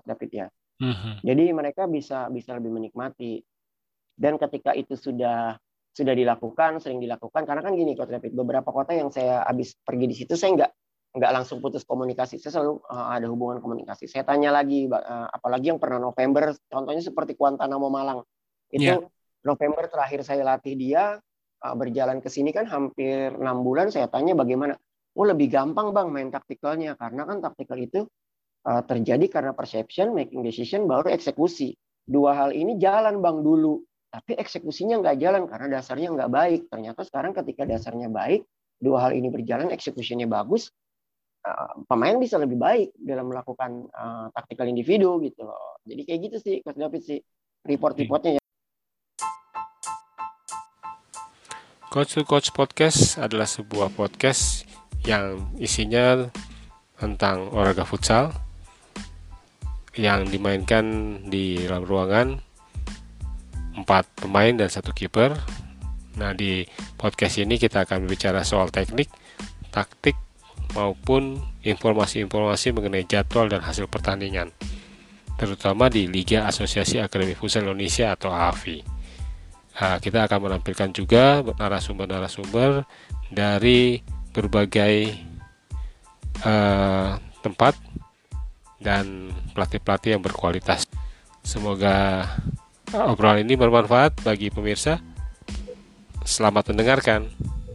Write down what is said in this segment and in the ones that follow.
Coach David ya. Mhm. Jadi mereka bisa lebih menikmati. Dan ketika itu sudah dilakukan, sering dilakukan, karena kan gini Coach David, beberapa kota yang saya habis pergi di situ saya nggak langsung putus komunikasi, saya selalu ada hubungan komunikasi. Saya tanya lagi, apalagi yang pernah November, contohnya seperti Guantanamo Malang, Ya. itu November terakhir saya latih dia, berjalan ke sini kan hampir 6 bulan, saya tanya bagaimana. Oh lebih gampang bang main taktikalnya, karena kan taktikal itu terjadi karena perception, making decision, baru eksekusi. Dua hal ini jalan bang dulu, tapi eksekusinya nggak jalan karena dasarnya nggak baik. Ternyata sekarang ketika dasarnya baik, dua hal ini berjalan, eksekusinya bagus, pemain bisa lebih baik dalam melakukan taktikal individu gitu loh. Jadi kayak gitu sih Coach David sih report-reportnya ya. Coach to Coach Podcast adalah sebuah podcast yang isinya tentang olahraga futsal yang dimainkan di dalam ruangan 4 pemain dan 1 kiper. Nah, di podcast ini kita akan berbicara soal teknik, taktik, maupun informasi-informasi mengenai jadwal dan hasil pertandingan, terutama di Liga Asosiasi Akademi Futsal Indonesia atau AFI. Kita akan menampilkan juga narasumber-narasumber dari berbagai tempat dan pelatih-pelatih yang berkualitas. Semoga obrolan ini bermanfaat bagi pemirsa. Selamat mendengarkan.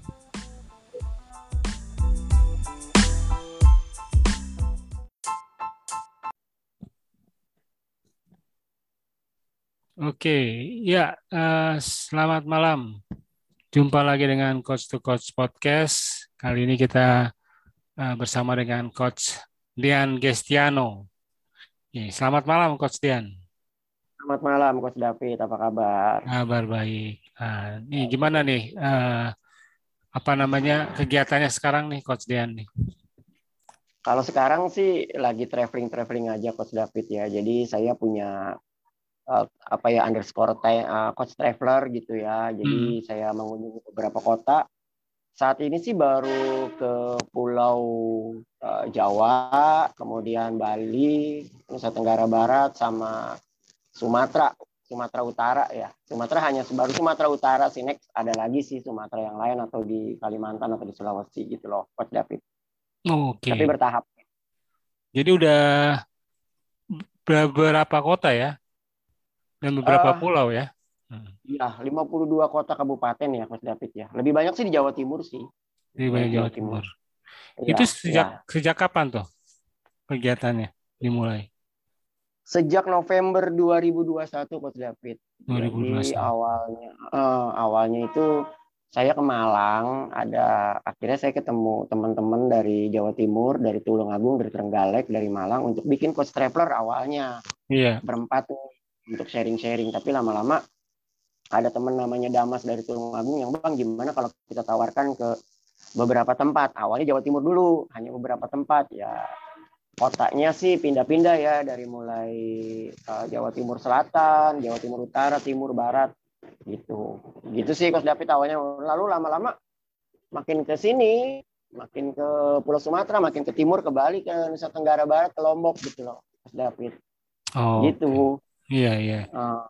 Oke, ya, selamat malam. Jumpa lagi dengan Coach to Coach Podcast. Kali ini kita bersama dengan Coach Dian Gestiano. Selamat malam, Coach Dian. Selamat malam Coach David, apa kabar? Kabar baik. Nih gimana nih? Apa namanya kegiatannya sekarang nih, Coach Dian nih? Kalau sekarang sih lagi traveling aja Coach David ya. Jadi saya punya apa ya underscore coach traveler gitu ya. Hmm. Jadi saya mengunjungi beberapa kota. Saat ini sih baru ke Pulau Jawa, kemudian Bali, Nusa Tenggara Barat, sama Sumatera Utara ya. Baru Sumatera Utara sih, next ada lagi sih Sumatera yang lain atau di Kalimantan atau di Sulawesi gitu loh, Coach David. Tapi Oke. bertahap. Jadi udah beberapa kota ya dan beberapa Eh pulau ya. Hmm. Ya, 52 kota kabupaten ya, Coach David ya. Lebih banyak sih di Jawa Timur sih. Di Lebih banyak banyak di Jawa Jawa Timur. Timur. Itu Ya, sejak ya. sejak kapan tuh kegiatannya dimulai? Sejak November 2021, Coach David. Jadi 2021. awalnya itu saya ke Malang, akhirnya saya ketemu teman-teman dari Jawa Timur, dari Tulungagung, dari Trenggalek, dari Malang untuk bikin Coach Traveler awalnya. Iya. Berempat tuh untuk sharing-sharing, tapi lama-lama ada teman namanya Damas dari Tulungagung yang bang gimana kalau kita tawarkan ke beberapa tempat. Awalnya Jawa Timur dulu, hanya beberapa tempat ya. Kotaknya sih pindah-pindah ya dari mulai Jawa Timur Selatan, Jawa Timur Utara, Timur Barat gitu. Gitu sih Coach David awalnya. Lalu lama-lama makin ke sini, makin ke Pulau Sumatera, makin ke timur, ke Bali, ke Nusa Tenggara Barat, ke Lombok gitu loh, Coach David. Oke. Gitu. Iya, iya. Uh,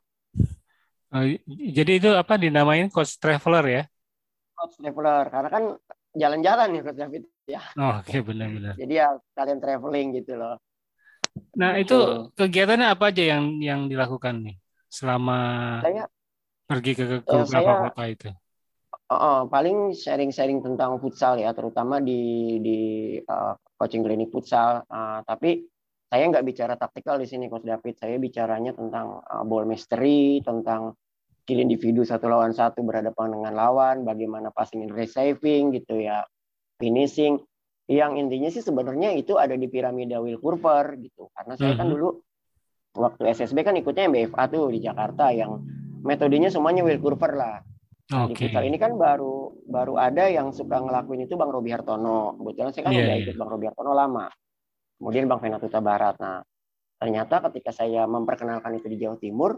Jadi itu apa dinamain Coach Traveler ya? Coach Traveler karena kan jalan-jalan ya Coach David ya. Oke, benar-benar. Jadi ya kalian traveling gitu loh. Nah, itu Gitu. kegiatannya apa aja yang dilakukan nih selama Saya pergi ke beberapa saya kota itu? paling sharing-sharing tentang futsal ya, terutama di coaching klinik futsal. Tapi saya nggak bicara taktikal di sini, Coach David. Saya bicaranya tentang ball mastery, tentang skill individu satu lawan satu berhadapan dengan lawan, bagaimana passing and receiving gitu ya, finishing. Yang intinya sih sebenarnya itu ada di piramida Will Curver gitu. Karena saya kan Mhm. dulu waktu SSB kan ikutnya MBFA tuh di Jakarta yang metodenya semuanya Will Curver lah. Nah di futsal Oke. ini kan baru ada yang suka ngelakuin itu Bang Robi Hartono. Kebetulan saya kan Iya, udah iya. ikut Bang Robi Hartono lama. Kemudian Bang Venatuta Barat. Nah ternyata ketika saya memperkenalkan itu di Jawa Timur,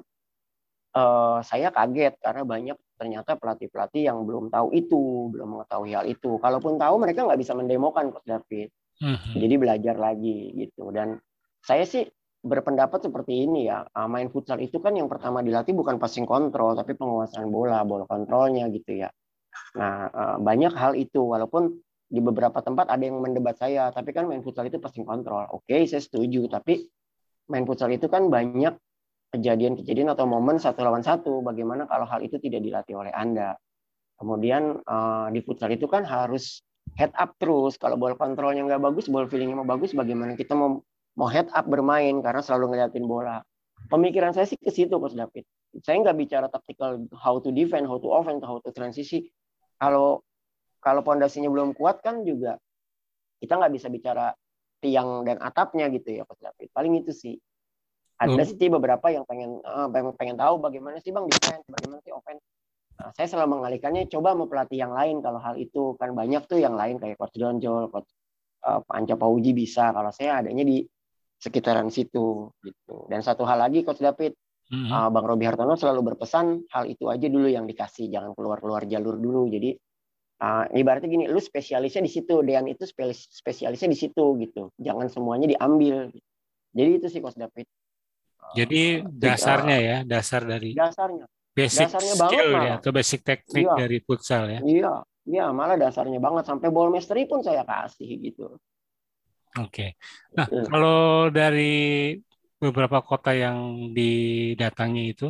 saya kaget karena banyak ternyata pelatih-pelatih yang belum tahu itu, belum mengetahui hal itu. Kalaupun tahu mereka nggak bisa mendemokan Coach David. Mhm. Jadi belajar lagi gitu. Dan saya sih berpendapat seperti ini ya. Main futsal itu kan yang pertama dilatih bukan passing control, tapi penguasaan bola, bola kontrolnya gitu ya. Nah, banyak hal itu. Walaupun di beberapa tempat ada yang mendebat saya, tapi kan main futsal itu passing control. Oke, saya setuju. Tapi main futsal itu kan banyak kejadian-kejadian atau momen satu lawan satu. Bagaimana kalau hal itu tidak dilatih oleh Anda? Kemudian di futsal itu kan harus head up terus. Kalau ball kontrolnya nggak bagus, ball feelingnya mau bagus, bagaimana kita mau head up bermain karena selalu ngeliatin bola. Pemikiran saya sih ke situ, Coach David. Saya nggak bicara tactical, how to defend, how to offense, how to transisi. Kalau kalau pondasinya belum kuat kan juga kita nggak bisa bicara tiang dan atapnya gitu ya, Coach David. Paling itu sih. Ada Oh, sih beberapa yang pengen tahu bagaimana sih Bang defense, bagaimana sih offense. Nah, saya selalu mengalihkannya coba mau pelatih yang lain kalau hal itu kan banyak tuh yang lain kayak Coach Donjol, Coach Panca Pauji bisa. Kalau saya adanya di sekitaran situ gitu. Dan satu hal lagi Coach David, mm-mm. Bang Robi Hartono selalu berpesan hal itu aja dulu yang dikasih, jangan keluar-keluar jalur dulu. Jadi ibaratnya gini, lu spesialisnya di situ, Dean itu spesialisnya di situ gitu. Jangan semuanya diambil. Jadi itu sih Coach David. Jadi dasarnya ya, dasar dari Dasarnya, basic dasarnya banget skill ya malah. atau basic teknik Iya, dari futsal ya. iya, iya, malah dasarnya banget sampai ball mastery pun saya kasih gitu. Oke. Nah, kalau dari beberapa kota yang didatangi itu,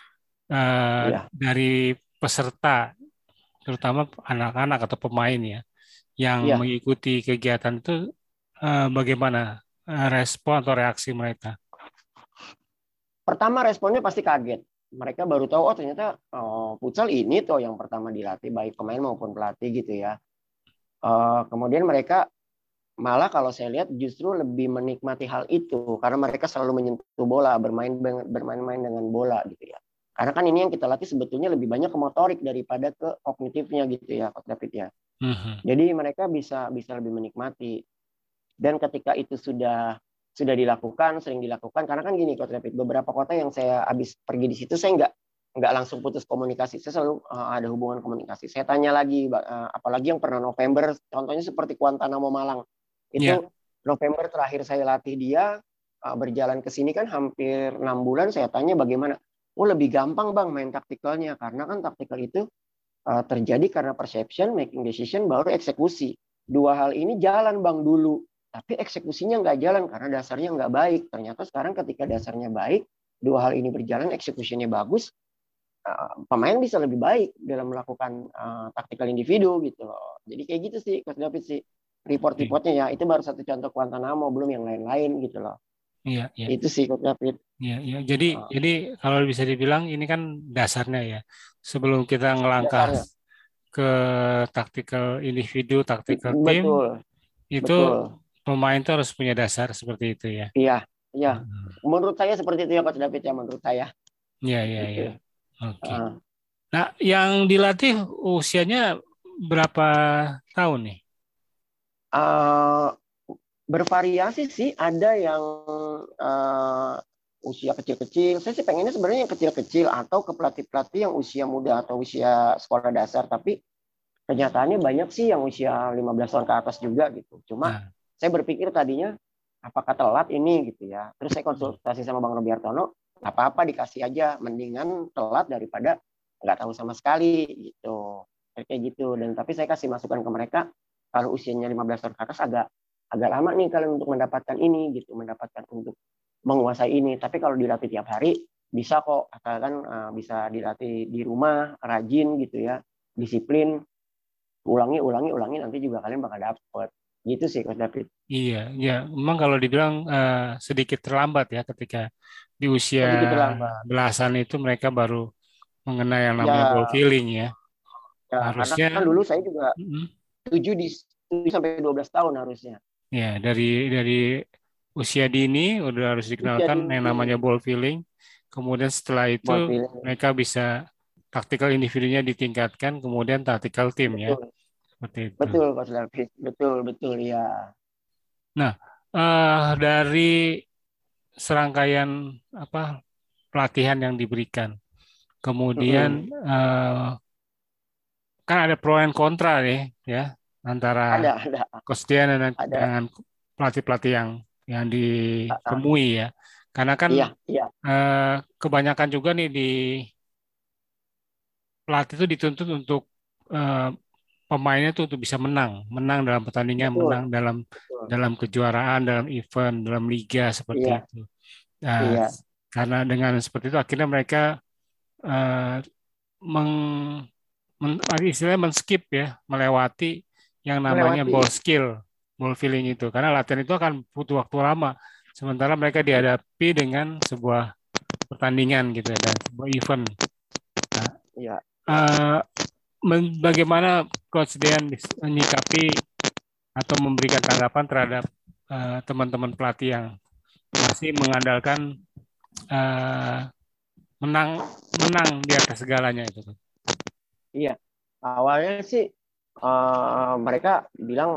Iya, dari peserta, terutama anak-anak atau pemain ya, yang iya. mengikuti kegiatan itu, bagaimana respon atau reaksi mereka? Pertama responnya pasti kaget. Mereka baru tahu oh ternyata futsal ini tuh yang pertama dilatih baik pemain maupun pelatih gitu ya. Kemudian mereka malah kalau saya lihat justru lebih menikmati hal itu karena mereka selalu menyentuh bola, bermain-main dengan bola gitu ya. Karena kan ini yang kita latih sebetulnya lebih banyak ke motorik daripada ke kognitifnya gitu ya, Coach David ya. Mhm. Jadi mereka bisa bisa lebih menikmati. Dan ketika itu sudah dilakukan, sering dilakukan, karena kan gini, Coach David, beberapa kota yang saya habis pergi di situ, saya nggak langsung putus komunikasi, saya selalu ada hubungan komunikasi. Saya tanya lagi, apalagi yang pernah November, contohnya seperti Guantanamo Malang, Ya, itu November terakhir saya latih dia, berjalan ke sini kan hampir 6 bulan, saya tanya bagaimana. Oh lebih gampang bang main taktikalnya, karena kan taktikal itu terjadi karena perception, making decision, baru eksekusi. Dua hal ini jalan bang dulu, tapi eksekusinya nggak jalan karena dasarnya nggak baik. Ternyata sekarang ketika dasarnya baik, dua hal ini berjalan, eksekusinya bagus, pemain bisa lebih baik dalam melakukan taktikal individu gitu loh. Jadi kayak gitu sih, Coach David sih. oke. Report-reportnya ya, itu baru satu contoh Guantanamo, belum yang lain-lain gitu loh. Iya, iya, Itu sih Coach David. iya, iya. Jadi kalau bisa dibilang ini kan dasarnya ya. Sebelum kita ngelangkah Dasarnya. ke taktikal individu, taktikal tim, Betul, itu betul. pemain tuh harus punya dasar seperti itu ya. Iya, iya. Mhm. Menurut saya seperti itu ya Coach David ya, menurut saya. Iya, iya, Gitu. iya. Oke. Uh, Nah, yang dilatih usianya berapa tahun nih? uh, bervariasi sih, ada yang usia kecil-kecil. Saya sih pengennya sebenarnya yang kecil-kecil atau ke pelatih-pelatih yang usia muda atau usia sekolah dasar. Tapi kenyataannya banyak sih yang usia 15 tahun ke atas juga gitu. Cuma Nah, saya berpikir tadinya apakah telat ini gitu ya. Terus saya konsultasi sama Bang Robiartono, apa-apa dikasih aja, mendingan telat daripada nggak tahu sama sekali gitu. Kayak gitu. Dan tapi saya kasih masukan ke mereka, kalau usianya 15 tahun ke atas agak agak lama nih kalian untuk mendapatkan ini gitu, mendapatkan untuk menguasai ini. Tapi kalau dilatih tiap hari bisa kok, asalkan bisa dilatih di rumah, rajin gitu ya, disiplin, ulangi, ulangi, ulangi, nanti juga kalian bakal dapet. Gitu sih Coach David. iya, iya. Memang kalau dibilang sedikit terlambat ya ketika di usia Sedikit terlambat. belasan itu mereka baru mengenai yang namanya ball Ya, feeling ya. ya karena Harusnya, kan dulu saya juga mm, 7 di 7 sampai 12 tahun harusnya. ya dari usia dini udah harus Usia dikenalkan yang dini, namanya ball feeling. Kemudian setelah itu ball feeling. mereka bisa taktikal individunya ditingkatkan, kemudian taktikal tim ya, Betul, seperti itu. betul Coach David. Betul, betul ya. Nah, dari serangkaian apa pelatihan yang diberikan, kemudian Mm-mm. kan ada pro dan kontra nih ya antara Ada, Coach Dian ada. dengan pelatih-pelatih yang Ah, ah. ditemui ya. Karena kan Iya, iya, kebanyakan juga nih di pelatih itu dituntut untuk eh, pemainnya tuh untuk bisa menang, menang dalam pertandingan, menang betul, dalam betul. dalam kejuaraan, dalam event, dalam liga seperti Iya, itu. Nah, iya, karena dengan seperti itu akhirnya mereka eh, meng, istilahnya men-skip ya, melewati yang namanya melewati. ball skill, ball feeling itu. Karena latihan itu akan butuh waktu lama. Sementara mereka dihadapi dengan sebuah pertandingan gitu ya, dan sebuah event. Nah, Iya, iya. eh, bagaimana Coach Dean menyikapi atau memberikan tanggapan terhadap teman-teman pelatih yang masih mengandalkan eh, menang menang di atas segalanya itu. Iya, awalnya sih mereka bilang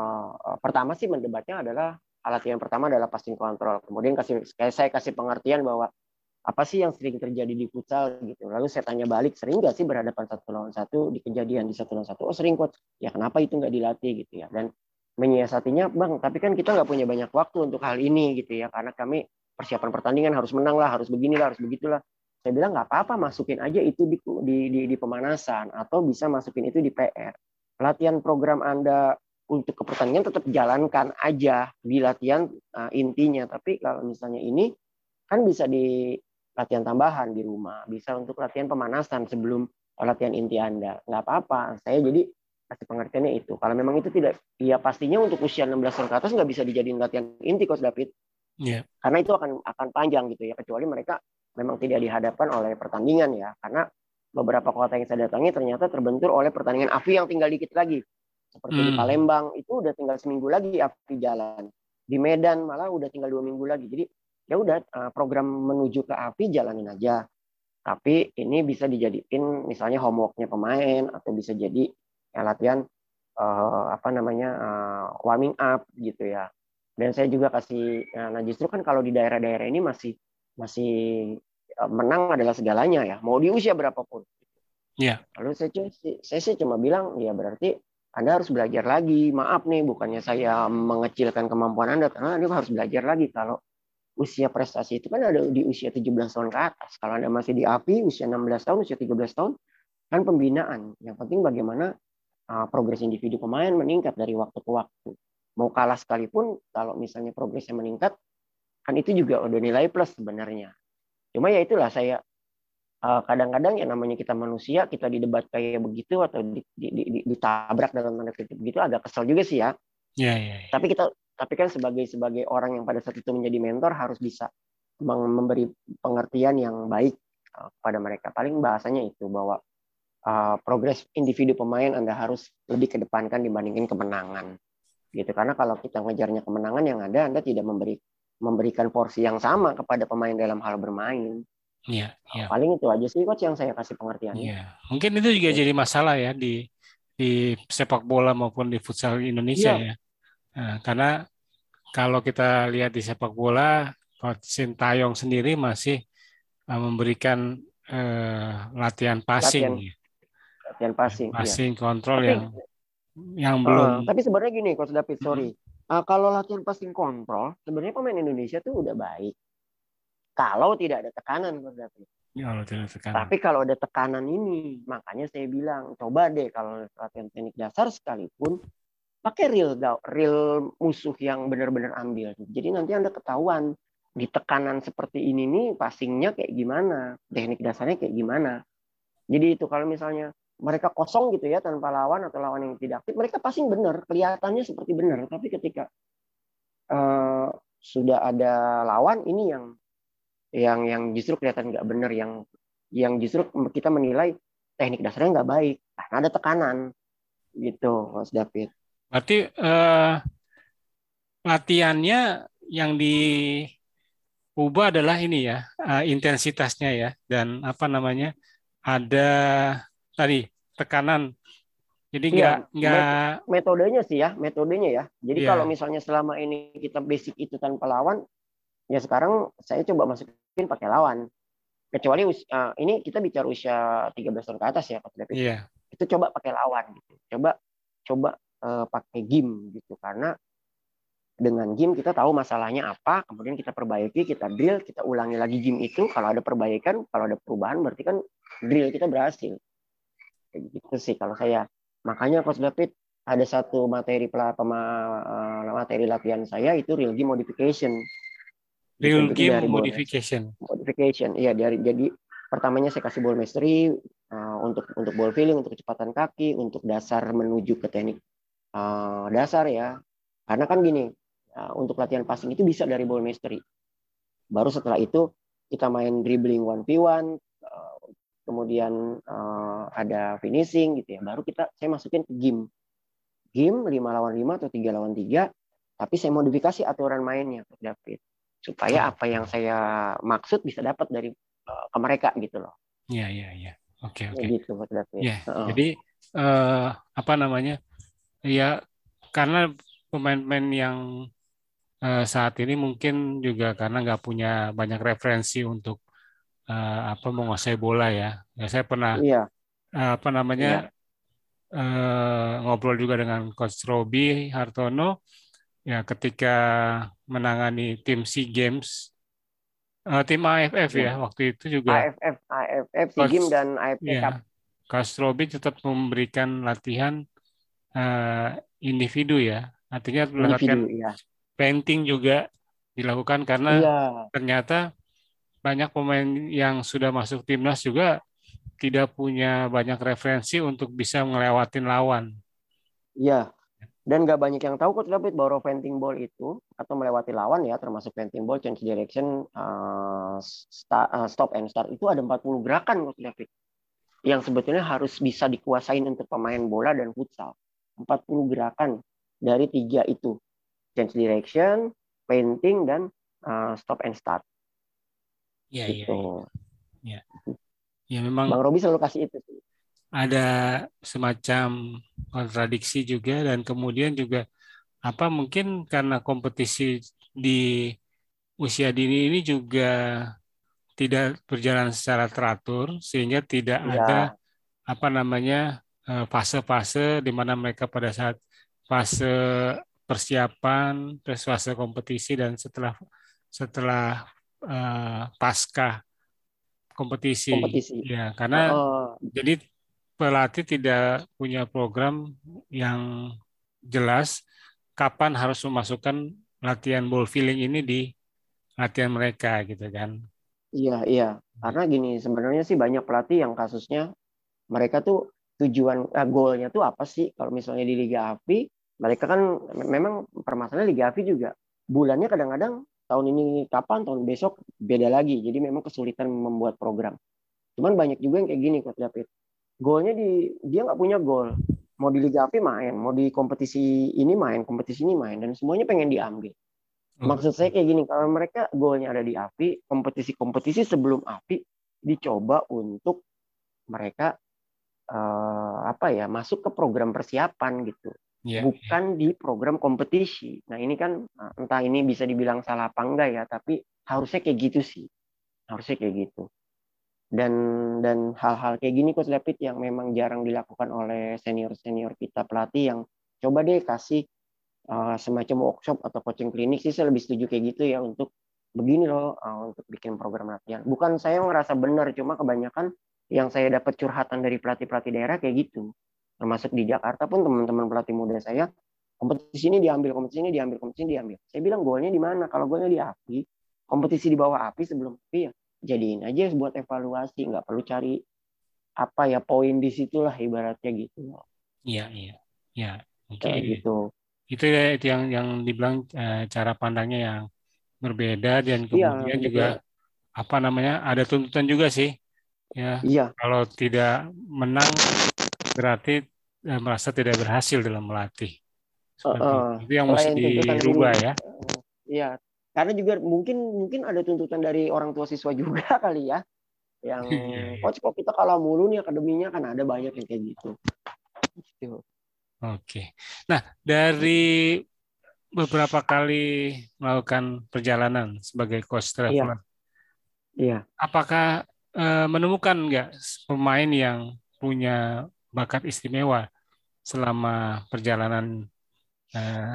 pertama sih mendebatnya adalah alat yang pertama adalah passing control. Kemudian kayak saya kasih pengertian bahwa apa sih yang sering terjadi di futsal gitu. Lalu saya tanya balik, sering nggak sih berhadapan satu lawan satu di kejadian di satu lawan satu? Oh sering coach. Ya kenapa itu nggak dilatih gitu ya? Dan menyiasatinya bang, tapi kan kita nggak punya banyak waktu untuk hal ini gitu ya, karena kami persiapan pertandingan harus menang lah, harus beginilah, harus begitulah. Saya bilang nggak apa-apa, masukin aja itu di pemanasan atau bisa masukin itu di PR. Latihan program Anda untuk ke pertandingan tetap jalankan aja di latihan intinya. Tapi kalau misalnya ini kan bisa di latihan tambahan di rumah, bisa untuk latihan pemanasan sebelum latihan inti Anda. Nggak apa-apa. Saya jadi kasih pengertiannya itu. Kalau memang itu tidak, ya pastinya untuk usia 16 tahun ke atas nggak bisa dijadiin latihan inti, Coach David. Ya, Karena itu akan panjang gitu ya, kecuali mereka memang tidak dihadapkan oleh pertandingan ya. Karena beberapa kota yang saya datangi ternyata terbentur oleh pertandingan AFI yang tinggal dikit lagi. Seperti di hmm, Palembang itu udah tinggal seminggu lagi AFI jalan. Di Medan malah udah tinggal 2 minggu lagi. Jadi ya udah program menuju ke AFI jalanin aja. Tapi ini bisa dijadiin misalnya homeworknya pemain atau bisa jadi ya, latihan apa namanya warming up gitu ya. Dan saya juga kasih, nah justru kan kalau di daerah-daerah ini masih masih menang adalah segalanya ya, mau di usia berapapun. ya, Lalu saya sih cuma bilang ya berarti Anda harus belajar lagi. Maaf nih, bukannya saya mengecilkan kemampuan Anda, karena Anda harus belajar lagi. Kalau usia prestasi itu kan ada di usia 17 tahun ke atas. Kalau Anda masih di API, usia 16 tahun, usia 13 tahun, kan pembinaan. Yang penting bagaimana progres individu pemain meningkat dari waktu ke waktu. Mau kalah sekalipun, kalau misalnya progresnya meningkat, kan itu juga udah nilai plus sebenarnya. Cuma ya itulah saya kadang-kadang ya namanya kita manusia, kita didebat kayak begitu atau ditabrak dalam tanda kutip begitu agak kesel juga sih ya. ya, ya, ya. Tapi kan sebagai sebagai orang yang pada saat itu menjadi mentor harus bisa memberi pengertian yang baik kepada mereka. Paling bahasanya itu bahwa progres individu pemain Anda harus lebih kedepankan dibandingin kemenangan. Gitu. Karena kalau kita ngejarnya kemenangan yang ada Anda tidak memberikan porsi yang sama kepada pemain dalam hal bermain. Ya, ya, Paling itu aja sih coach yang saya kasih pengertiannya. ya. Mungkin itu juga jadi masalah ya di sepak bola maupun di futsal Indonesia Iya, ya. Nah, karena kalau kita lihat di sepak bola, Coach Sintayong sendiri masih memberikan latihan passing, latihan ya. latihan passing, iya. Passing kontrol Tapi yang belum. tapi sebenarnya gini coach David, sorry. Mm, Kalau latihan passing kontrol, sebenarnya pemain Indonesia tuh udah baik. Kalau tidak ada tekanan coach David. ya Allah tidak tekanan. Tapi kalau ada tekanan ini, makanya saya bilang coba deh kalau latihan teknik dasar sekalipun pakai real musuh yang benar-benar ambil. Jadi nanti Anda ketahuan di tekanan seperti ini nih passingnya kayak gimana, teknik dasarnya kayak gimana. Jadi itu kalau misalnya mereka kosong gitu ya tanpa lawan atau lawan yang tidak aktif, mereka passing benar, kelihatannya seperti benar. Tapi ketika uh, sudah ada lawan ini yang justru kelihatan nggak benar, yang justru kita menilai teknik dasarnya nggak baik karena ada tekanan gitu, Mas David. Berarti latihannya yang diubah adalah ini ya, intensitasnya ya, dan apa namanya, ada tadi tekanan. Jadi Iya, nggak, metodenya sih ya, metodenya ya. Jadi kalau ya, misalnya selama ini kita basic itu tanpa lawan, ya sekarang saya coba masukin pakai lawan. Kecuali ini kita bicara usia 13 tahun ke atas ya, Pak David ya. iya, Itu coba pakai lawan gitu. Coba coba pakai game gitu karena dengan game kita tahu masalahnya apa, kemudian kita perbaiki, kita drill, kita ulangi lagi game itu. Kalau ada perbaikan, kalau ada perubahan, berarti kan drill kita berhasil. Kayak gitu sih kalau saya. Makanya Coach David ada satu materi latihan saya itu real game modification. Gitu. Real Jadi game dari ball modification. modification, iya jadi pertamanya saya kasih ball mastery untuk ball feeling, untuk kecepatan kaki, untuk dasar menuju ke teknik dasar ya. Karena kan gini, untuk latihan passing itu bisa dari ball mastery. Baru setelah itu kita main dribbling 1v1, kemudian ada finishing gitu ya. Baru saya masukin ke game. Game 5 lawan 5 atau 3 lawan 3, tapi saya modifikasi aturan mainnya, David. Supaya apa yang saya maksud bisa dapat dari ke mereka gitu loh. Iya. Oke. Ya gitu, David. Ya, jadi apa namanya? Ya, karena pemain-pemain yang saat ini mungkin juga karena nggak punya banyak referensi untuk apa menguasai bola ya. Ya saya pernah Iya, apa iya, namanya ngobrol juga dengan Coach Robi Hartono ya ketika menangani tim SEA Games, tim AFF iya. ya waktu itu juga AFF, SEA Games Coach dan AFC Cup. ya Coach Robi tetap memberikan latihan eh, individu ya. Artinya latihan Individu, ya. painting juga dilakukan karena Iya, ternyata banyak pemain yang sudah masuk timnas juga tidak punya banyak referensi untuk bisa ngelewatin lawan. iya. Dan nggak banyak yang tahu Coach David bahwa venting ball itu atau melewati lawan ya, termasuk venting ball, change direction, stop and start itu ada 40 gerakan Coach David. Yang sebetulnya harus bisa dikuasain untuk pemain bola dan futsal. 40 gerakan dari 3 itu. Change direction, painting, dan stop and start. Iya. Gitu. Ya. Ya memang Bang Robi selalu kasih itu. ada semacam kontradiksi juga dan kemudian juga apa mungkin karena kompetisi di usia dini ini juga tidak berjalan secara teratur sehingga tidak ada Iya, apa namanya fase-fase di mana mereka pada saat fase persiapan, terus fase kompetisi dan setelah setelah pasca kompetisi. kompetisi. Ya, karena jadi pelatih tidak punya program yang jelas kapan harus memasukkan latihan ball feeling ini di latihan mereka gitu kan. Iya, iya. Karena gini, sebenarnya sih banyak pelatih yang kasusnya mereka tuh tujuan goalnya tuh apa sih? Kalau misalnya di Liga AFI, mereka kan memang permasalahan Liga AFI juga bulannya kadang-kadang tahun ini kapan, tahun besok beda lagi. Jadi memang kesulitan membuat program. Cuman banyak juga yang kayak gini, Coach David. Goalnya dia nggak punya goal. Mau di Liga AFI main, mau di kompetisi ini main, kompetisi ini main, dan semuanya pengen diambil. Oh, Maksud saya kayak gini, kalau mereka goalnya ada di AFI, kompetisi-kompetisi sebelum AFI dicoba untuk mereka apa ya masuk ke program persiapan gitu, ya, bukan di program kompetisi. Nah ini kan entah ini bisa dibilang salah apa enggak ya, tapi harusnya kayak gitu sih, harusnya kayak gitu. Dan hal-hal kayak gini Coach David yang memang jarang dilakukan oleh senior senior kita pelatih yang coba deh kasih semacam workshop atau coaching klinik sih saya lebih setuju kayak gitu ya untuk begini loh untuk bikin program latihan. Bukan saya ngerasa benar, cuma kebanyakan yang saya dapat curhatan dari pelatih-pelatih daerah kayak gitu. Termasuk di Jakarta pun teman-teman pelatih muda saya, kompetisi ini diambil, kompetisi ini diambil, kompetisi ini diambil. Saya bilang golnya di mana? Kalau golnya di API, kompetisi di bawah API sebelum API ya jadiin aja buat evaluasi, nggak perlu cari apa ya poin di situlah ibaratnya gitu. ya, mungkin Kayak gitu. itu yang dibilang cara pandangnya yang berbeda dan Iya, kemudian juga betul. apa namanya ada tuntutan juga sih ya Iya, kalau tidak menang berarti merasa tidak berhasil dalam melatih seperti itu yang mesti selain tuntutan gini, dirubah ya. ya karena juga mungkin mungkin ada tuntutan dari orang tua siswa juga kali ya, yang Iya. coach kok kita kalah mulu nih akademinya, kan ada banyak yang kayak gitu. Gitu. Oke. Nah, dari beberapa kali melakukan perjalanan sebagai coach Iya, traveler, iya. apakah menemukan nggak pemain yang punya bakat istimewa selama perjalanan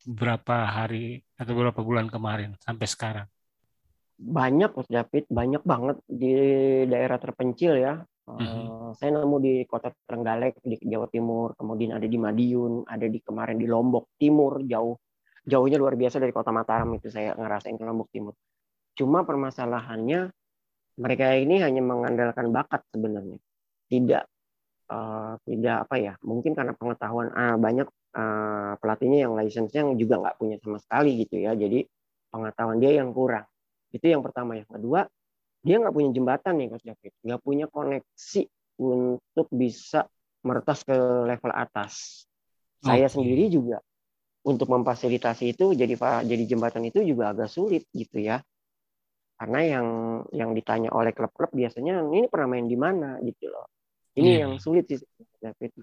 beberapa hari atau beberapa bulan kemarin sampai sekarang? Banyak Mas David, banyak banget di daerah terpencil ya. Mhm. Saya nemu di Kota Trenggalek di Jawa Timur, kemudian ada di Madiun, ada di kemarin di Lombok Timur, jauhnya luar biasa dari Kota Mataram itu saya ngerasain ke Lombok Timur. Cuma permasalahannya mereka ini hanya mengandalkan bakat sebenarnya. Tidak tidak apa ya? Mungkin karena pengetahuan banyak pelatihnya yang license-nya yang juga nggak punya sama sekali gitu ya. Jadi pengetahuan dia yang kurang. Itu yang pertama. Yang kedua, dia nggak punya jembatan nih Coach David, nggak punya koneksi untuk bisa meretas ke level atas. Saya Oke. sendiri juga untuk memfasilitasi itu jadi jembatan itu juga agak sulit gitu ya, karena yang ditanya oleh klub-klub biasanya ini pernah main di mana gitu loh. Ini yang Iya. sulit sih David.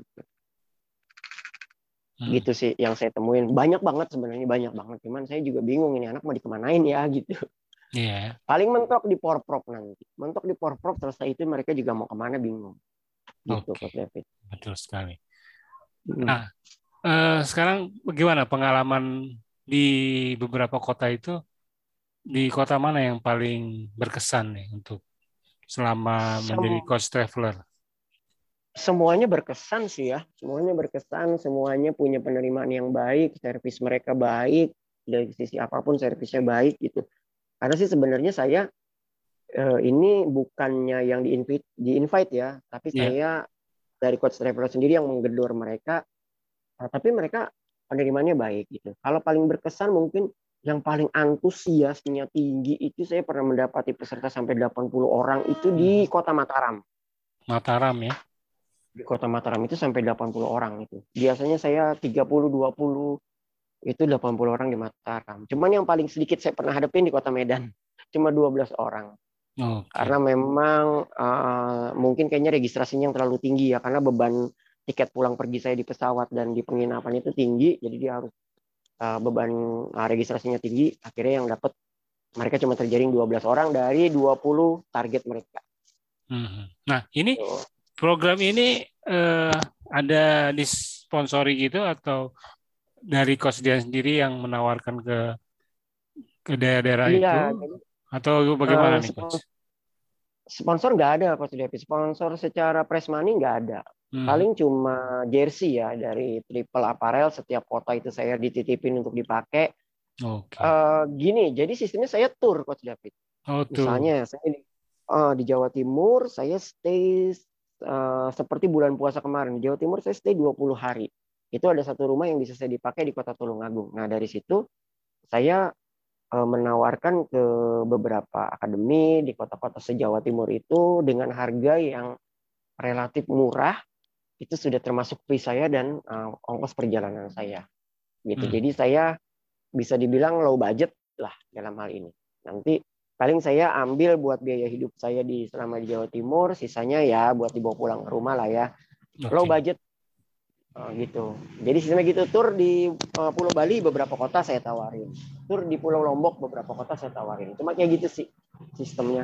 Mhm. Gitu sih yang saya temuin, banyak banget sebenarnya, banyak banget, cuman saya juga bingung ini anak mau dikemanain ya gitu. Iya. Paling mentok di porprov, nanti mentok di porprov selesai itu mereka juga mau kemana bingung gitu Oke. Coach David. Betul sekali. Hmm. Nah, sekarang bagaimana pengalaman di beberapa kota itu? Di kota mana yang paling berkesan nih untuk selama menjadi Sem- coach traveler? Semuanya berkesan sih ya, semuanya berkesan, semuanya punya penerimaan yang baik, servis mereka baik, dari sisi apapun servisnya baik gitu. Karena sih sebenarnya saya ini bukannya yang di invite ya, tapi Iya. saya dari coach traveler sendiri yang menggedor mereka. Tapi mereka penerimaannya baik gitu. Kalau paling berkesan mungkin yang paling antusiasnya tinggi itu saya pernah mendapati peserta sampai 80 orang itu di Mhm. Kota Mataram. Mataram ya. Di Kota Mataram itu sampai 80 orang itu. Biasanya saya 30-20 itu 80 orang di Mataram. Cuman yang paling sedikit saya pernah hadapin di Kota Medan. Cuma 12 orang. Karena Oke. memang mungkin kayaknya registrasinya yang terlalu tinggi ya. Karena beban tiket pulang pergi saya di pesawat dan di penginapan itu tinggi. Jadi dia harus beban registrasinya tinggi. Akhirnya yang dapat mereka cuma terjaring 12 orang dari 20 target mereka. Mhm. Nah, ini Tuh. program ini ada disponsori gitu atau dari coach dia sendiri yang menawarkan ke daerah-daerah Iya, itu jadi atau bagaimana nih coach? sponsor nggak ada Coach Devi. Sponsor secara press money nggak ada. Mhm. Paling cuma jersey ya dari Triple Apparel. Setiap kota itu saya dititipin untuk dipakai. Oke. Gini, jadi sistemnya saya tour Coach David. Oh tuh. Misalnya saya di Jawa Timur, saya stay seperti bulan puasa kemarin. Di Jawa Timur saya stay 20 hari. Itu ada satu rumah yang bisa saya dipakai di Kota Tulungagung. Nah, dari situ saya menawarkan ke beberapa akademi di kota-kota se-Jawa Timur itu dengan harga yang relatif murah, itu sudah termasuk fee saya dan ongkos perjalanan saya gitu. Mhm. Jadi saya bisa dibilang low budget lah dalam hal ini. Nanti paling saya ambil buat biaya hidup saya di selama di Jawa Timur, sisanya ya buat dibawa pulang ke rumah lah ya. Low Oke. budget gitu. Jadi sistemnya gitu, tur di Pulau Bali beberapa kota saya tawarin. Tur di Pulau Lombok beberapa kota saya tawarin. Cuma kayak gitu sih sistemnya.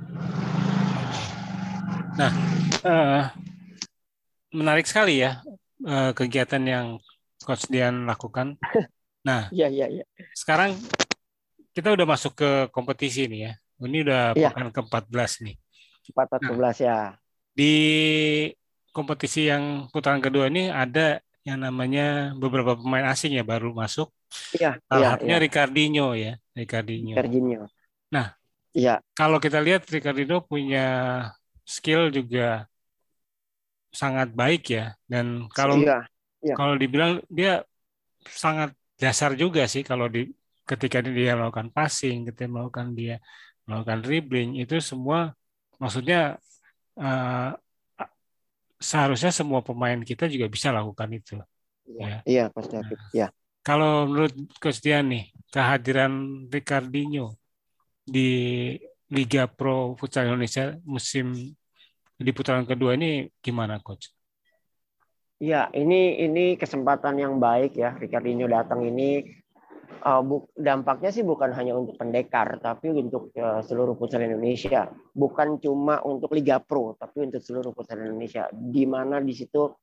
Oke. Nah, eh, menarik sekali ya kegiatan yang coach Dian lakukan. Nah, Iya, iya, iya. sekarang kita udah masuk ke kompetisi nih ya. Ini udah Iya, pekan ke-14 nih. Nah, 4-14 ya. di kompetisi yang putaran kedua ini ada yang namanya beberapa pemain asing ya baru masuk. Iya, Salah iya, satunya iya. Ricardinho ya, Ricardinho. Serginho. Nah, Iya, kalau kita lihat Ricardinho punya skill juga sangat baik ya. Dan kalau iya, iya. kalau dibilang dia sangat dasar juga sih kalau ketika dia melakukan passing, ketika dia melakukan dribbling itu semua maksudnya eh, seharusnya semua pemain kita juga bisa lakukan itu Iya, ya. iya, Coach Nah, David. Iya. kalau menurut Coach Dian nih kehadiran Ricardinho di Liga Pro Futsal Indonesia musim di putaran kedua ini gimana Coach? Iya, ini kesempatan yang baik ya. Ricardinho datang ini dampaknya sih bukan hanya untuk pendekar, tapi untuk seluruh futsal Indonesia. Bukan cuma untuk Liga Pro, tapi untuk seluruh futsal Indonesia. Di mana di situ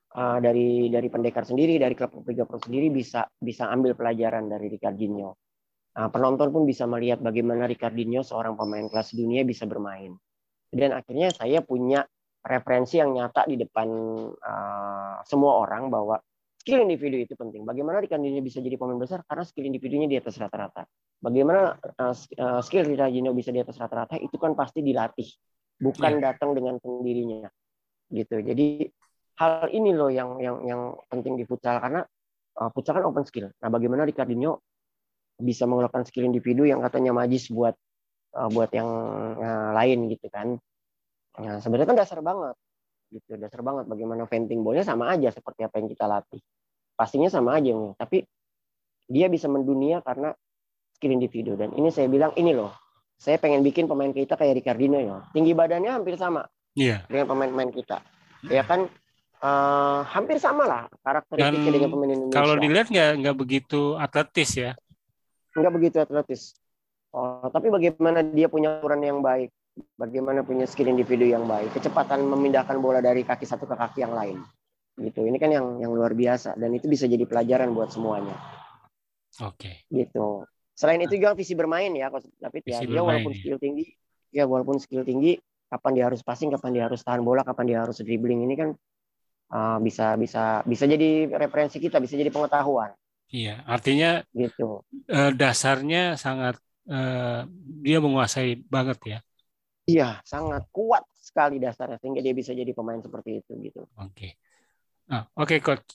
dari pendekar sendiri, dari klub Liga Pro sendiri bisa ambil pelajaran dari Ricardinho. Penonton pun bisa melihat bagaimana Ricardinho seorang pemain kelas dunia bisa bermain. Dan akhirnya saya punya referensi yang nyata di depan semua orang bahwa skill individu itu penting. Bagaimana Ricardinho bisa jadi pemain besar? Karena skill individunya di atas rata-rata. Bagaimana skill Ricardinho bisa di atas rata-rata? Itu kan pasti dilatih, bukan datang dengan sendirinya. Gitu. Jadi hal ini loh yang penting di futsal, karena futsal kan open skill. Nah, bagaimana Ricardinho bisa mengeluarkan skill individu yang katanya magis buat yang lain gitu kan. Nah, sebenarnya kan dasar banget gitu, dasar banget. Bagaimana venting ballnya sama aja seperti apa yang kita latih, pastinya sama aja nih, tapi dia bisa mendunia karena skill individu. Dan ini saya bilang, ini loh, saya pengen bikin pemain kita kayak Ricardinho ya, tinggi badannya hampir sama dengan pemain-pemain kita, ya kan. Hampir sama lah karakteristiknya dengan pemain Indonesia. Kalau dilihat nggak begitu atletis ya, nggak begitu atletis. Tapi bagaimana dia punya ukuran yang baik, bagaimana punya skill individu yang baik, kecepatan memindahkan bola dari kaki satu ke kaki yang lain, gitu. Ini kan yang luar biasa, dan itu bisa jadi pelajaran buat semuanya. Oke. Gitu. Selain itu juga visi bermain ya, Coach David ya. Dia walaupun skill tinggi, kapan dia harus passing, kapan dia harus tahan bola, kapan dia harus dribbling, ini kan bisa jadi referensi kita, bisa jadi pengetahuan. Iya, artinya gitu. Dasarnya sangat dia menguasai banget ya. Iya, sangat kuat sekali dasarnya sehingga dia bisa jadi pemain seperti itu gitu. Oke. Oke, Coach.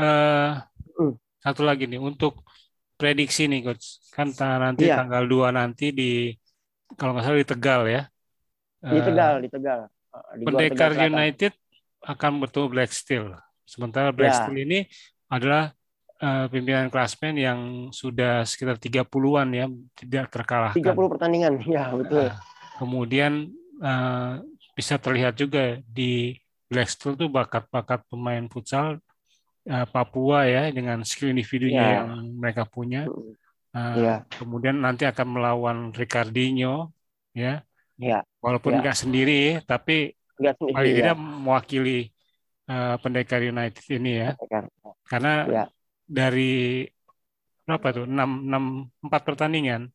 Satu lagi nih untuk prediksi nih, Coach. Kan nanti tanggal 2 nanti kalau nggak salah di Tegal ya. Di Tegal. Di Pendekar United akan bertemu Black Steel. Sementara Black Steel ini adalah pimpinan klasmen yang sudah sekitar 30-an ya, tidak terkalahkan. 30 pertandingan, ya betul. Kemudian bisa terlihat juga di Black Steel tuh bakat-bakat pemain futsal Papua ya, dengan skill individunya yang mereka punya. Kemudian nanti akan melawan Ricardinho ya. Walaupun nggak sendiri, tapi paling tidak mewakili Pendekar United ini ya. Karena dari berapa tuh? 4 pertandingan.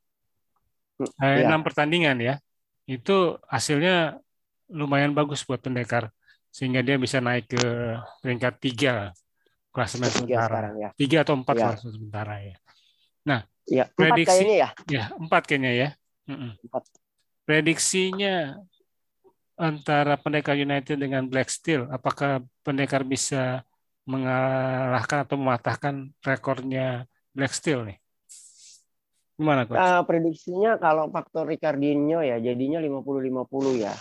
6 pertandingan ya. Itu hasilnya lumayan bagus buat Pendekar, sehingga dia bisa naik ke peringkat 3 klasemen sementara. 3 atau 4 klasemen sementara ya. Nah, prediksi 4 kayaknya ya. 4. Prediksinya antara Pendekar United dengan Black Steel, apakah Pendekar bisa mengalahkan atau mematahkan rekornya Black Steel nih? Gimana, Coach? Prediksinya kalau faktor Ricardinho ya jadinya 50-50 ya.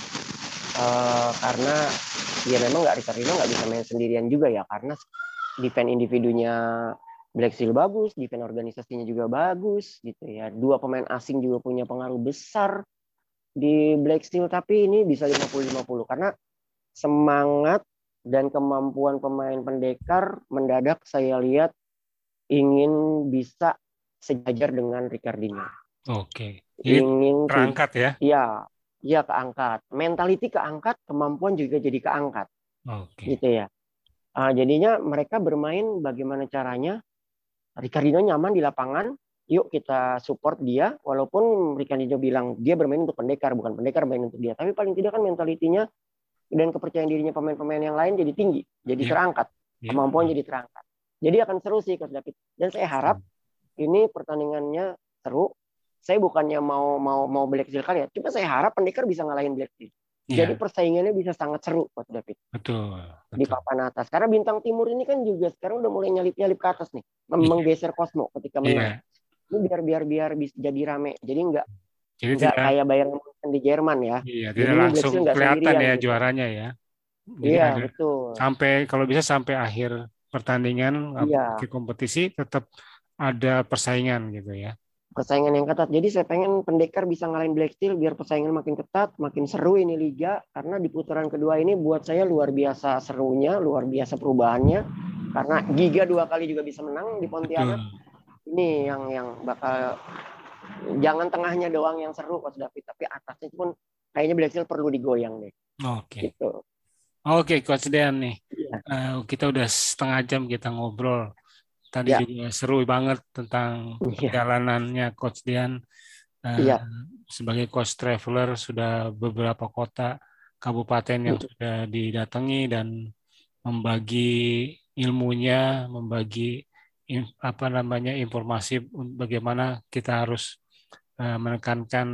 Karena ya memang Ricardinho nggak bisa main sendirian juga ya, karena defense individunya Black Steel bagus, defense organisasinya juga bagus gitu ya. 2 pemain asing juga punya pengaruh besar di Black Steel, tapi ini bisa 50-50 karena semangat dan kemampuan pemain Pendekar mendadak saya lihat ingin bisa sejajar dengan Ricardinho. Oke. Ingin terangkat ya? Iya keangkat. Mentality keangkat, kemampuan juga jadi keangkat. Oke. Gitu ya. Jadinya mereka bermain bagaimana caranya Ricardinho nyaman di lapangan. Yuk kita support dia, walaupun Ricardinho bilang dia bermain untuk Pendekar, bukan Pendekar main untuk dia. Tapi paling tidak kan mentalitinya dan kepercayaan dirinya pemain-pemain yang lain jadi tinggi, jadi terangkat, kemampuan jadi terangkat. Jadi akan seru sih, Coach David. Dan saya harap ini pertandingannya seru. Saya bukannya mau Black Steel kan ya, cuma saya harap Pendekar bisa ngalahin Black Steel. Jadi persaingannya bisa sangat seru, Coach David. Betul. Di papan atas. Karena Bintang Timur ini kan juga sekarang udah mulai nyalip-nyalip ke atas nih, menggeser Cosmo ketika menang. Ini biar bisa jadi rame. Jadi nggak kayak Bayern Munchen di Jerman ya. Iya, tidak langsung kelihatan ya gitu. Juaranya ya. Iya, betul. Kalau bisa sampai akhir pertandingan akhir kompetisi tetap ada persaingan gitu ya. Persaingan yang ketat. Jadi saya pengen Pendekar bisa ngalahin Black Steel biar persaingan makin ketat, makin seru ini liga. Karena di putaran kedua ini buat saya luar biasa serunya, luar biasa perubahannya. Karena Giga 2 kali juga bisa menang di Pontianak. Betul. Ini yang bakal, jangan tengahnya doang yang seru Coach David, tapi atasnya pun kayaknya Black Steel perlu digoyang deh. Oke. Gitu. Oke, Coach Dean nih. Iya. Kita udah setengah jam kita ngobrol. Tadi Ya, juga seru banget tentang iya, perjalanannya Coach Dean. Eh, iya. Sebagai coach traveler sudah beberapa kota, kabupaten yang Mm, sudah didatangi dan membagi ilmunya, membagi apa namanya informasi bagaimana kita harus menekankan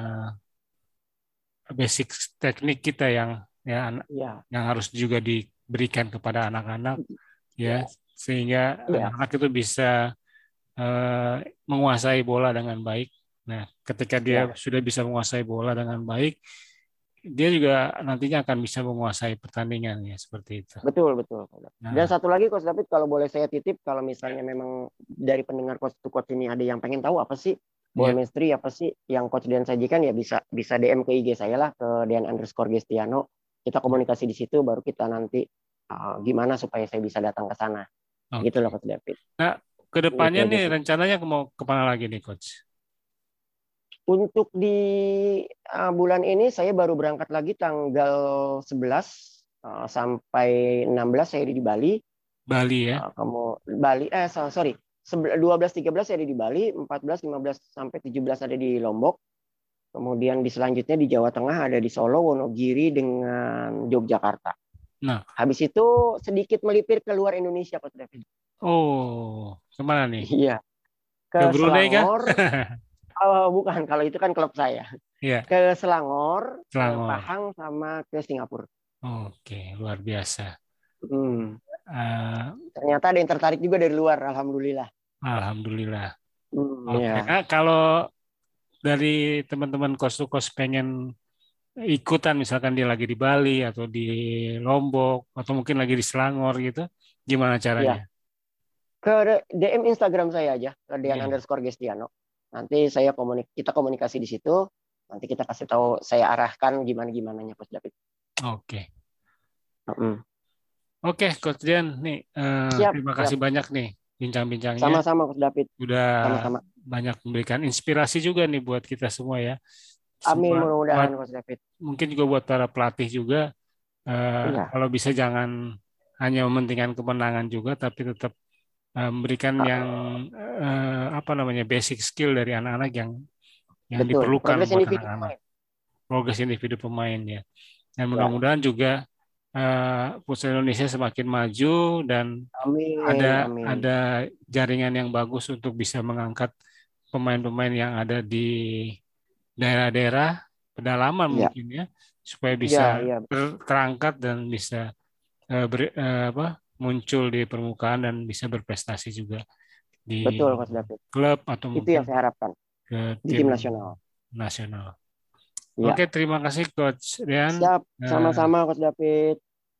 basic teknik kita yang ya iya, yang harus juga diberikan kepada anak-anak ya iya, sehingga iya, anak-anak itu bisa eh, menguasai bola dengan baik. Nah, ketika dia iya. sudah bisa menguasai bola dengan baik, dia juga nantinya akan bisa menguasai pertandingan ya seperti itu. Betul, betul. Dan Nah, satu lagi Coach David, kalau boleh saya titip, kalau misalnya memang dari pendengar Coach to Coach ini ada yang pengen tahu apa sih ball ya, mastery, apa sih yang Coach Dian sajikan, ya bisa bisa DM ke IG saya lah, ke Dian_Gestiano. Kita komunikasi di situ, baru kita nanti gimana supaya saya bisa datang ke sana. Gitu oke. loh Coach David. Nah, Itu kedepannya aja nih sih. rencananya mau kemana lagi nih, Coach? Untuk di bulan ini saya baru berangkat lagi tanggal 11 sampai 16 saya di Bali. Bali ya? Kamu Bali, sorry, 12-13 ada di Bali, 14-15 sampai 17 ada di Lombok. Kemudian di selanjutnya di Jawa Tengah ada di Solo, Wonogiri dengan Yogyakarta. Nah, Habis itu sedikit melipir ke luar Indonesia, Pak David. oh, kemana nih? Iya, ke Ke Brunei kah? Selangor. Bukan, kalau itu kan klub saya. Iya, Ke Selangor, ke Selangor. Pahang, sama ke Singapura. Oke, luar biasa. Hmm. Eh, Ternyata ada yang tertarik juga dari luar, alhamdulillah. Alhamdulillah. Oke, Ya. nah, kalau dari teman-teman kos-kos pengen ikutan, misalkan dia lagi di Bali atau di Lombok atau mungkin lagi di Selangor gitu, gimana caranya? Ya, ke DM Instagram saya aja, ke Iya. Dian_Gestiano. Nanti kita komunikasi di situ. Nanti kita kasih tahu, saya arahkan gimana gimananya Coach David. Oke. Mm. Oke, Coach Dian, nih Siap, terima kasih siap. banyak nih bincang-bincangnya. Sama-sama Coach David. Udah Sama-sama. banyak memberikan inspirasi juga nih buat kita semua ya. Amin, Semua buat mudah-mudahan Coach David. mungkin juga buat para pelatih juga. Iya, Kalau bisa jangan hanya mementingkan kemenangan juga, tapi tetap memberikan yang apa namanya basic skill dari anak-anak yang betul. diperlukan Progres buat individu anak-anak. pemain. Progres individu pemain ya. Dan Ya, mudah-mudahan juga futsal Indonesia semakin maju dan ada amin, amin. ada jaringan yang bagus untuk bisa mengangkat pemain-pemain yang ada di daerah-daerah pedalaman Iya, mungkin ya supaya bisa iya, iya. terangkat dan bisa apa, muncul di permukaan dan bisa berprestasi juga di Betul Coach David. klub atau Itu mungkin yang saya harapkan ke di tim tim nasional. nasional. Iya, Oke, terima kasih Coach Rian. siap. Eh, Sama-sama Coach David.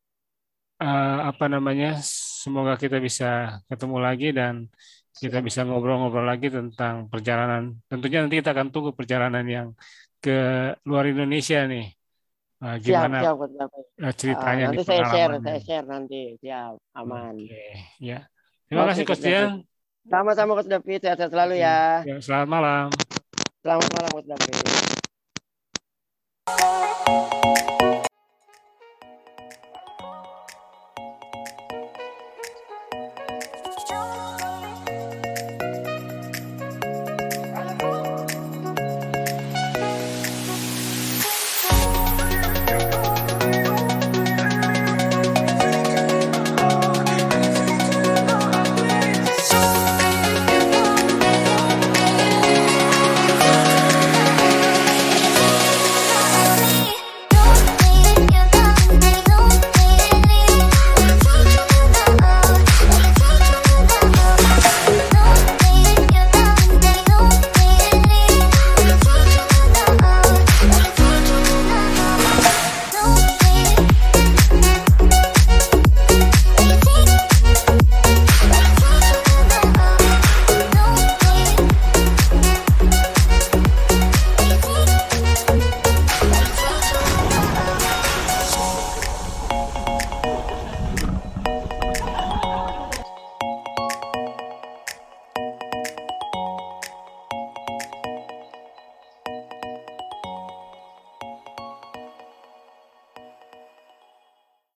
Apa namanya? Semoga kita bisa ketemu lagi dan kita Siap, bisa ngobrol-ngobrol lagi tentang perjalanan. Tentunya nanti kita akan tunggu perjalanan yang ke luar Indonesia nih. siap, Gimana siap Coach David. ceritanya nih Nanti pengalamannya. saya share nanti. Siap, aman. Oke, ya. Terima Oke kasih Coach Coach David. Dian. Sama-sama Coach David. Sehat-sehat selalu Oke. ya. Ya, selamat malam. Selamat malam Coach David.